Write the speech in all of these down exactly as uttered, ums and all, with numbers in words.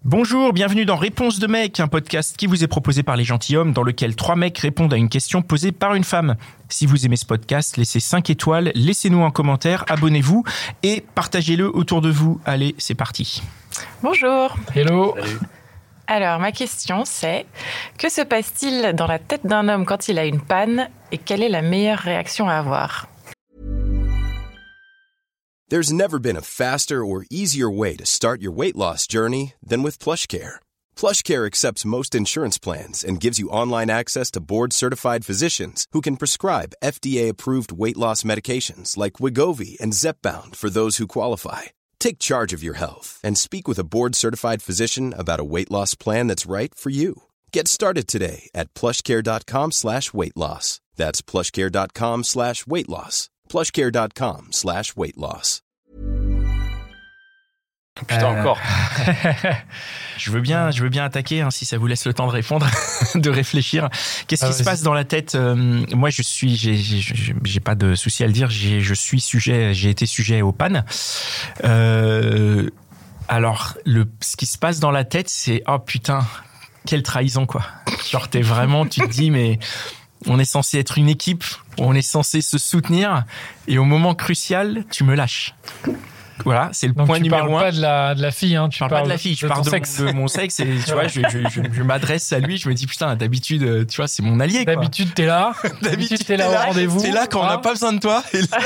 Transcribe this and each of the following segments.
Bonjour, bienvenue dans Réponse de mec, un podcast qui vous est proposé par les gentilshommes dans lequel trois mecs répondent à une question posée par une femme. Si vous aimez ce podcast, laissez cinq étoiles, laissez-nous un commentaire, abonnez-vous et partagez-le autour de vous. Allez, c'est parti. Bonjour. Hello. Salut. Alors, ma question c'est, que se passe-t-il dans la tête d'un homme quand il a une panne et quelle est la meilleure réaction à avoir ? There's never been a faster or easier way to start your weight loss journey than with PlushCare. PlushCare accepts most insurance plans and gives you online access to board-certified physicians who can prescribe F D A-approved weight loss medications like Wegovy and Zepbound for those who qualify. Take charge of your health and speak with a board-certified physician about a weight loss plan that's right for you. Get started today at plushcare.com slash weight loss. That's plushcare.com slash weight loss. plushcare.com slash weight loss. Putain, euh... encore. je veux bien, je veux bien attaquer, hein, si ça vous laisse le temps de répondre, de réfléchir. Qu'est-ce ah, qui se passe dans la tête ? euh, Moi, je suis, j'ai, j'ai, j'ai pas de souci à le dire. J'ai, je suis sujet, j'ai été sujet aux pannes. Euh, alors, le, ce qui se passe dans la tête, c'est oh putain, quelle trahison quoi. Genre t'es vraiment, tu te dis mais. On est censé être une équipe, on est censé se soutenir, et au moment crucial, tu me lâches. Voilà, c'est le Donc point numéro un. Tu parles pas de la, de la fille, hein. Tu je parle pas de la fille, je parle de, de, de mon sexe, et tu vois, je, je, je, je m'adresse à lui, je me dis putain, d'habitude, tu vois, c'est mon allié, quoi. D'habitude, t'es là. D'habitude, t'es là au rendez-vous. T'es là quand on n'a pas besoin de toi. Et là,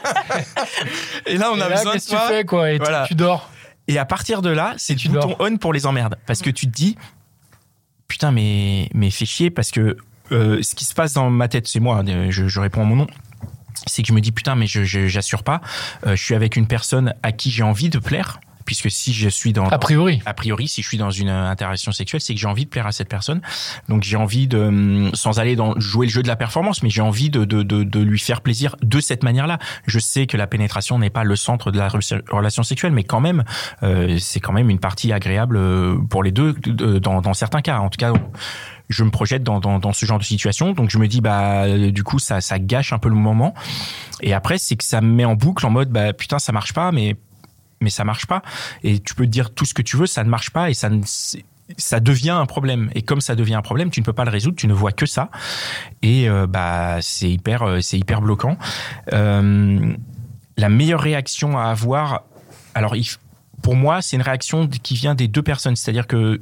et là on et a là, besoin de toi. Qu'est-ce que tu fais, quoi? Et voilà. tu, tu dors. Et à partir de là, c'est du bouton on pour les emmerdes. Parce que tu te dis, putain, mais, mais fais chier, parce que Euh, ce qui se passe dans ma tête, c'est moi, je, je réponds à mon nom, c'est que je me dis putain mais je, je j'assure pas, euh, je suis avec une personne à qui j'ai envie de plaire, puisque si je suis dans a priori a priori si je suis dans une interaction sexuelle, c'est que j'ai envie de plaire à cette personne, donc j'ai envie de, sans aller dans jouer le jeu de la performance, mais j'ai envie de de de, de lui faire plaisir de cette manière-là. Je sais que la pénétration n'est pas le centre de la relation sexuelle, mais quand même euh, c'est quand même une partie agréable pour les deux dans dans certains cas, en tout cas. Je me projette dans, dans, dans ce genre de situation, donc je me dis bah du coup ça ça gâche un peu le moment. Et après c'est que ça me met en boucle en mode bah putain ça marche pas, mais mais ça marche pas. Et tu peux te dire tout ce que tu veux, ça ne marche pas et ça ne ça devient un problème. Et comme ça devient un problème, tu ne peux pas le résoudre, tu ne vois que ça. Et euh, bah c'est hyper c'est hyper bloquant. Euh, la meilleure réaction à avoir, alors il, pour moi c'est une réaction qui vient des deux personnes, c'est-à-dire que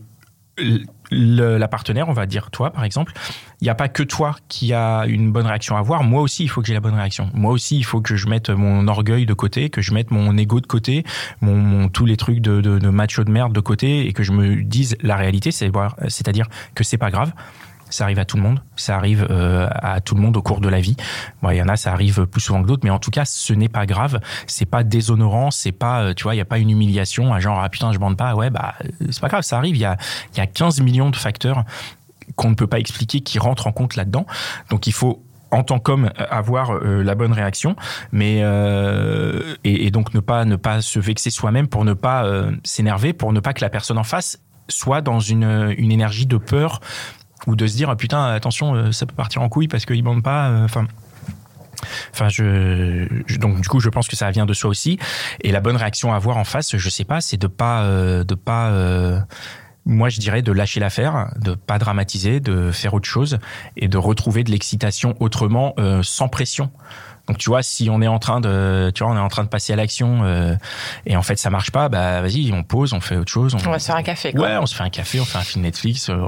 Le, la partenaire, on va dire toi par exemple, il n'y a pas que toi qui a une bonne réaction à avoir, moi aussi il faut que j'ai la bonne réaction, moi aussi il faut que je mette mon orgueil de côté, que je mette mon ego de côté, mon, mon tous les trucs de, de, de macho de merde de côté, et que je me dise la réalité, c'est, c'est-à-dire que c'est pas grave. Ça arrive à tout le monde, ça arrive euh, à tout le monde au cours de la vie. Bon, il y en a, ça arrive plus souvent que d'autres, mais en tout cas, ce n'est pas grave, c'est pas déshonorant, c'est pas, tu vois, il y a pas une humiliation, à genre ah putain je bande pas, ouais bah c'est pas grave, ça arrive. Il y a il y a quinze millions de facteurs qu'on ne peut pas expliquer qui rentrent en compte là-dedans. Donc il faut en tant qu'homme avoir euh, la bonne réaction, mais euh, et, et donc ne pas ne pas se vexer soi-même pour ne pas euh, s'énerver, pour ne pas que la personne en face soit dans une une énergie de peur, ou de se dire putain attention ça peut partir en couille parce qu'ils bandent pas, enfin euh, enfin je, je donc du coup je pense que ça vient de soi aussi. Et la bonne réaction à avoir en face, je sais pas, c'est de pas euh, de pas euh, moi je dirais de lâcher l'affaire, de pas dramatiser, de faire autre chose et de retrouver de l'excitation autrement, euh, sans pression. Donc tu vois, si on est en train de, tu vois, on est en train de passer à l'action euh, et en fait ça marche pas, bah vas-y, on pause, on fait autre chose. On, on va se faire un café. Quoi. Ouais, on se fait un café, on fait un film Netflix. Euh,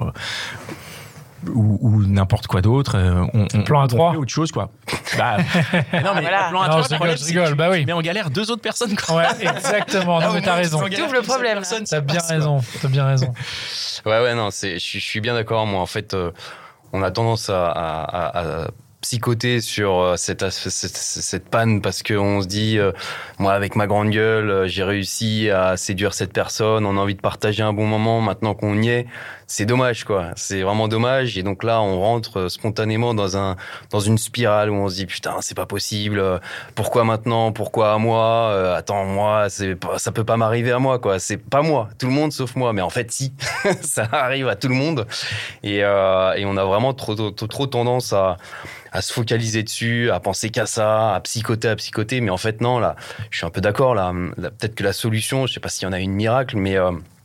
Ou, ou n'importe quoi d'autre, on, on, plan à trois, on fait autre chose quoi. Bah, non mais voilà. plan à non, trois, je rigole, je rigole. Tu, bah oui. Mais on galère deux autres personnes quoi. Ouais, exactement. Non mais t'as raison. Tu ouvres le problème. T'as bien raison. T'as bien raison. Ouais ouais non, c'est, je, je suis bien d'accord. Moi en fait, euh, on a tendance à, à, à, à psychoter sur cette, cette, cette panne parce qu'on se dit euh, moi avec ma grande gueule j'ai réussi à séduire cette personne, on a envie de partager un bon moment, maintenant qu'on y est c'est dommage quoi, c'est vraiment dommage. Et donc là on rentre spontanément dans un dans une spirale où on se dit putain c'est pas possible, pourquoi maintenant, pourquoi à moi, euh, attends moi c'est pas, ça peut pas m'arriver à moi quoi, c'est pas moi, tout le monde sauf moi, mais en fait si ça arrive à tout le monde. Et, euh, et on a vraiment trop, trop, trop tendance à à se focaliser dessus, à penser qu'à ça, à psychoter, à psychoter. Mais en fait, non, là, je suis un peu d'accord. Là, là peut-être que la solution, je sais pas s'il y en a une miracle, mais euh,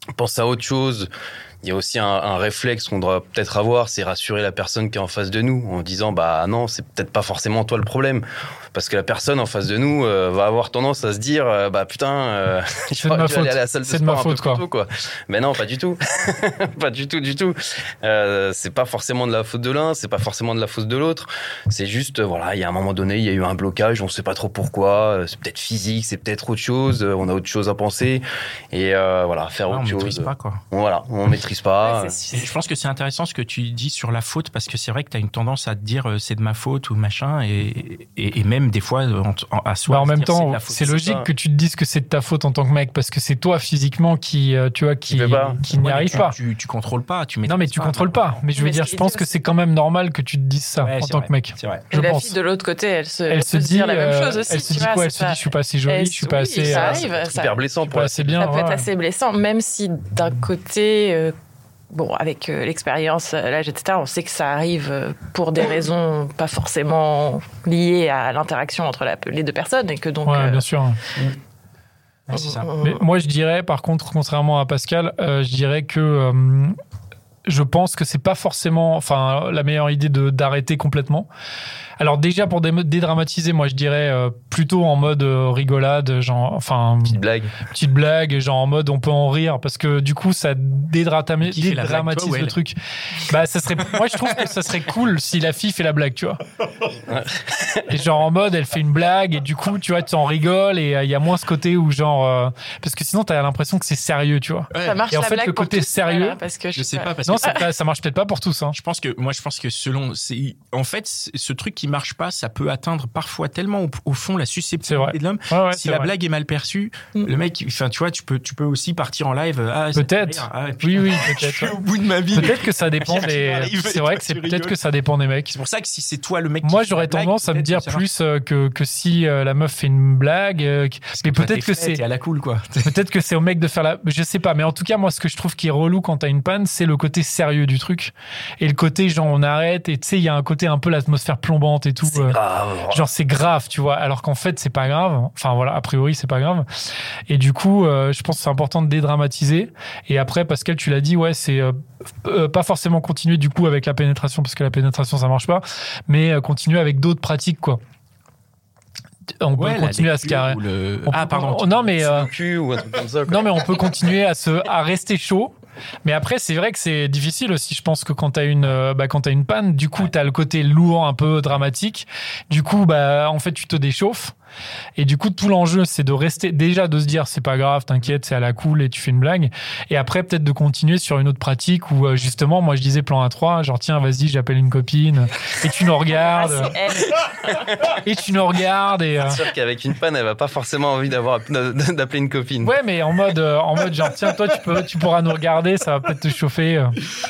pense à autre chose. Il y a aussi un, un réflexe qu'on doit peut-être avoir, c'est rassurer la personne qui est en face de nous en disant bah non, c'est peut-être pas forcément toi le problème, parce que la personne en face de nous euh, va avoir tendance à se dire euh, bah putain, euh, c'est de ma faute. Aller à la salle de c'est de ma sport un faute peu quoi. Plus tôt, quoi. Mais non, pas du tout, pas du tout, du tout. Euh, c'est pas forcément de la faute de l'un, c'est pas forcément de la faute de l'autre. C'est juste euh, voilà, il y a un moment donné, il y a eu un blocage, on sait pas trop pourquoi. C'est peut-être physique, c'est peut-être autre chose. On a autre chose à penser et euh, voilà, faire ah, autre on chose. On maîtrise pas quoi. Voilà, on maîtrise pas. Ouais, Et je pense que c'est intéressant ce que tu dis sur la faute, parce que c'est vrai que tu as une tendance à te dire euh, c'est de ma faute ou machin, et, et, et même des fois en, en, à soi. Bah en même temps, c'est, c'est logique ça. Que tu te dises que c'est de ta faute en tant que mec, parce que c'est toi physiquement qui, euh, tu vois, qui, qui n'y ouais, arrive tu, pas. Tu, tu contrôles pas. Tu non, mais tu pas, contrôles pas. pas. Mais je veux mais dire, je pense que c'est quand même normal que tu te dises ça ouais, en tant vrai. que mec. C'est vrai. Je et pense. La fille de l'autre côté, elle se, elle elle se peut dit dire la même chose aussi. Elle se dit vois, quoi Elle se dit, je suis pas assez jolie, je suis pas assez. Ça arrive. C'est hyper blessant pour elle. C'est bien. Ça peut être assez blessant, même si d'un côté. Bon, avec euh, l'expérience, l'âge, et cetera, on sait que ça arrive euh, pour des raisons pas forcément liées à l'interaction entre la, les deux personnes, et que donc. Ouais, euh, bien sûr. Ouais, c'est ça. Mais moi, je dirais, par contre, contrairement à Pascal, euh, je dirais que euh, je pense que c'est pas forcément, enfin, la meilleure idée de d'arrêter complètement. Alors déjà pour dé- dédramatiser, moi je dirais euh, plutôt en mode euh, rigolade, genre enfin petite blague, petite blague, genre en mode on peut en rire, parce que du coup ça dédramatise, dédramatise blague, le truc. Bah ça serait, moi je trouve que ça serait cool si la fille fait la blague, tu vois. Et genre en mode elle fait une blague et du coup tu vois tu en rigoles et il euh, y a moins ce côté où genre euh, parce que sinon t'as l'impression que c'est sérieux, tu vois. Ouais. Ça marche. Et en la fait blague le côté tous, sérieux, voilà, parce que je, je sais pas parce non que ça, ça marche peut-être pas pour tous. Hein. Je pense que moi je pense que selon, c'est en fait ce truc qui marche pas, ça peut atteindre parfois tellement au, au fond la susceptibilité de l'homme. Ouais, ouais, si la vrai. blague est mal perçue, mm. le mec, enfin tu vois, tu peux, tu peux aussi partir en live. Ah, peut-être. Ah, oui, oui, peut-être. Je suis au bout de ma vie. Peut-être que ça dépend des. C'est vrai que c'est peut-être que ça dépend des mecs. C'est pour ça que si c'est toi le mec. Moi, j'aurais tendance à me dire plus euh, que que si euh, la meuf fait une blague, euh, mais peut-être que c'est à la cool quoi. Peut-être que c'est au mec de faire la. Je sais pas, mais en tout cas, moi, ce que je trouve qui est relou quand t'as une panne, c'est le côté sérieux du truc et le côté genre on arrête et tu sais il y a un côté un peu l'atmosphère plombante et tout. C'est euh, grave. Genre c'est grave, tu vois, alors qu'en fait c'est pas grave. Enfin voilà, a priori c'est pas grave. Et du coup, euh, je pense que c'est important de dédramatiser. Et après, Pascal, tu l'as dit, ouais, c'est euh, euh, pas forcément continuer du coup avec la pénétration, parce que la pénétration ça marche pas, mais euh, continuer avec d'autres pratiques quoi. On ouais, peut continuer à se carrer. Le... On ah peut... pardon. Non mais euh... cul ou un truc comme ça. Quoi. Non mais on peut continuer à se à rester chaud. Mais après, c'est vrai que c'est difficile aussi. Je pense que quand t'as une, bah, quand t'as une panne, du coup, ouais. t'as le côté lourd, un peu dramatique. Du coup, bah, en fait, tu te déchauffes. Et du coup, tout l'enjeu, c'est de rester, déjà de se dire, c'est pas grave, t'inquiète, c'est à la cool et tu fais une blague. Et après, peut-être de continuer sur une autre pratique où, justement, moi, je disais plan A trois, genre, tiens, vas-y, j'appelle une copine. Et tu nous regardes. et tu nous regardes. Et, c'est sûr qu'avec une panne, elle va pas forcément envie d'avoir, d'appeler une copine. Ouais, mais en mode, en mode, genre, tiens, toi, tu peux, tu pourras nous regarder, ça va peut-être te chauffer.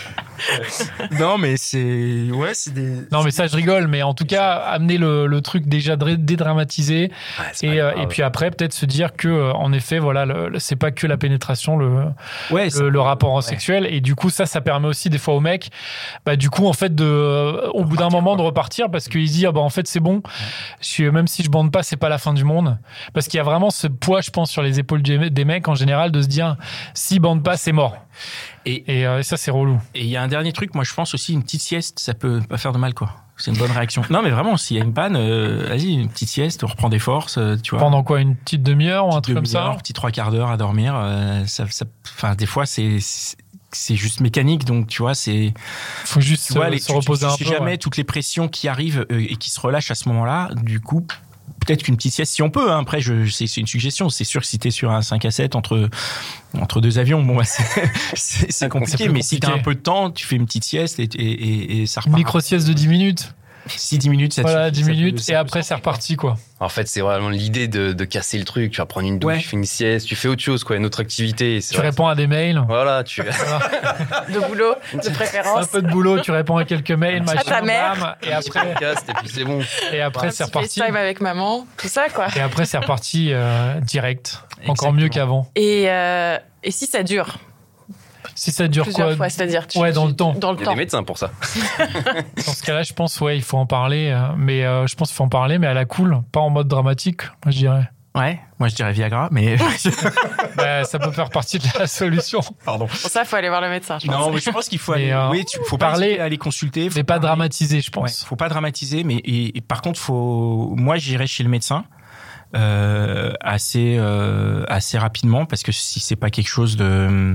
Non, mais c'est, ouais, c'est des. Non, mais ça, je rigole. Mais en tout cas, amener le, le truc déjà dédramatisé. Ouais, et, euh, et puis après, peut-être se dire que, en effet, voilà, le, le, c'est pas que la pénétration, le, ouais, le, le rapport ouais. sexuel. Et du coup, ça, ça permet aussi des fois aux mecs, bah, du coup, en fait, de, de au bout d'un moment, quoi. de repartir parce qu'ils disent, ah, bah, en fait, c'est bon. Je, même si je bande pas, c'est pas la fin du monde. Parce qu'il y a vraiment ce poids, je pense, sur les épaules des mecs en général, de se dire, si bande pas, c'est mort. Et, et euh, ça, c'est relou. Et il y a un dernier truc, moi, je pense aussi, une petite sieste, ça peut pas faire de mal, quoi. C'est une bonne réaction. Non, mais vraiment, s'il y a une panne, euh, vas-y, une petite sieste, on reprend des forces, euh, tu vois. Pendant quoi, une petite demi-heure ou un truc comme ça? Un petit trois quarts d'heure à dormir. Euh, ça, ça, enfin, des fois, c'est, c'est, c'est juste mécanique, donc tu vois, c'est. Faut juste tu vois, se, les, se tu, reposer tu, un tu peu. Jamais ouais. toutes les pressions qui arrivent euh, et qui se relâchent à ce moment-là, du coup. Peut-être qu'une petite sieste, si on peut. Hein. Après, je, c'est, c'est une suggestion. C'est sûr que si t'es sur un cinq à sept entre, entre deux avions, bon, c'est, c'est, c'est compliqué. C'est mais compliqué. Si t'as un peu de temps, tu fais une petite sieste et, et, et, et ça repart. Une micro-sieste de dix minutes. Si dix minutes, ça te Voilà, suffit, dix minutes, peut, et après, c'est reparti, quoi. En fait, c'est vraiment l'idée de, de casser le truc. Tu vas prendre une douche, ouais. tu fais une sieste, tu fais autre chose, quoi, une autre activité. C'est tu vrai, réponds c'est... à des mails. Voilà, tu. de boulot, de préférence. Un peu de boulot, tu réponds à quelques mails, à ta mère. Et après. Et puis c'est bon. Et après, c'est reparti. FaceTime avec maman, tout ça, quoi. Et après, c'est reparti euh, direct. Exactement. Encore mieux qu'avant. Et, euh, et si ça dure? Si ça dure Plusieurs quoi fois, c'est-à-dire tu, ouais, dans le temps. Dans le il y a temps. des médecins pour ça. Dans ce cas-là, je pense, ouais, il faut en parler. Mais euh, je pense qu'il faut en parler, mais à la cool, pas en mode dramatique, moi, je dirais. Ouais, moi je dirais Viagra, mais bah, ça peut faire partie de la solution. Pardon. Pour ça, il faut aller voir le médecin. Je non, pense. mais je pense qu'il faut mais aller. Euh, oui, tu, faut parler, aller consulter, faut mais pas dramatiser, je pense. Ouais, faut pas dramatiser, mais et, et par contre, faut. Moi, j'irai chez le médecin euh, assez euh, assez rapidement parce que si c'est pas quelque chose de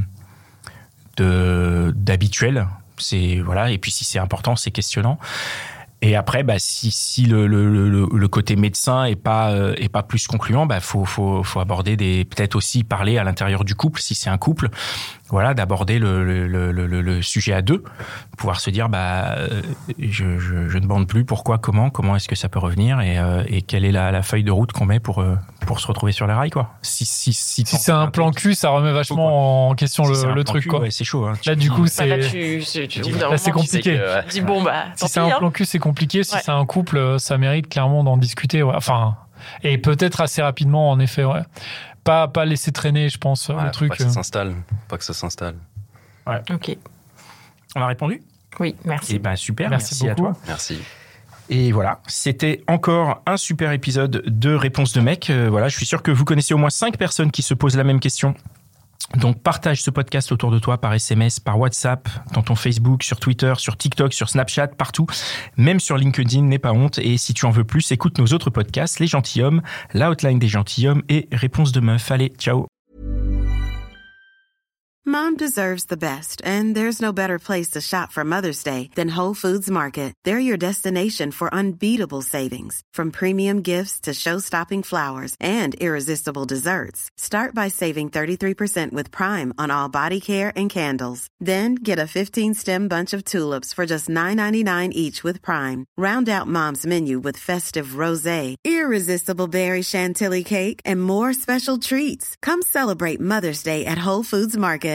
de d'habituel, c'est voilà. Et puis si c'est important, c'est questionnant. Et après, bah, si, si le, le, le, le côté médecin est pas, euh, est pas plus concluant, bah, faut, faut, faut aborder des, peut-être aussi parler à l'intérieur du couple, si c'est un couple, voilà, d'aborder le, le, le, le, le sujet à deux, pouvoir se dire, bah, je, je, je ne bande plus, pourquoi, comment, comment est-ce que ça peut revenir et, euh, et quelle est la, la feuille de route qu'on met pour, euh, pour se retrouver sur les rails, quoi. Si, si, si, si c'est un plan cul, ça remet vachement quoi. en question si le, le truc, cul, quoi. Ouais, c'est chaud, hein. Là, du coup, c'est, bah, là, tu, tu, tu, là, c'est compliqué. Que, ouais. Tu dis, bon, bah, si c'est un hein. plan cul, c'est compliqué. Si ouais. c'est un couple, ça mérite clairement d'en discuter, ouais. Enfin, et peut-être assez rapidement, en effet, ouais. Pas, pas laisser traîner, je pense, ouais, le truc. Pas que ça s'installe. Pas que ça s'installe. Ouais. Ok. On a répondu ? Oui, merci. Et ben super, merci, merci à toi. Merci. Et voilà, c'était encore un super épisode de Réponse de mec. Euh, voilà, je suis sûr que vous connaissez au moins cinq personnes qui se posent la même question. Donc partage ce podcast autour de toi par S M S, par WhatsApp, dans ton Facebook, sur Twitter, sur TikTok, sur Snapchat, partout. Même sur LinkedIn, n'aie pas honte. Et si tu en veux plus, écoute nos autres podcasts, Les Gentilshommes, La Hotline des Gentilshommes et Réponse de meuf. Allez, ciao. Mom deserves the best, and there's no better place to shop for Mother's Day than Whole Foods Market. They're your destination for unbeatable savings, from premium gifts to show-stopping flowers and irresistible desserts. Start by saving thirty-three percent with Prime on all body care and candles. Then get a fifteen-stem bunch of tulips for just nine ninety-nine each with Prime. Round out Mom's menu with festive rosé, irresistible berry chantilly cake, and more special treats. Come celebrate Mother's Day at Whole Foods Market.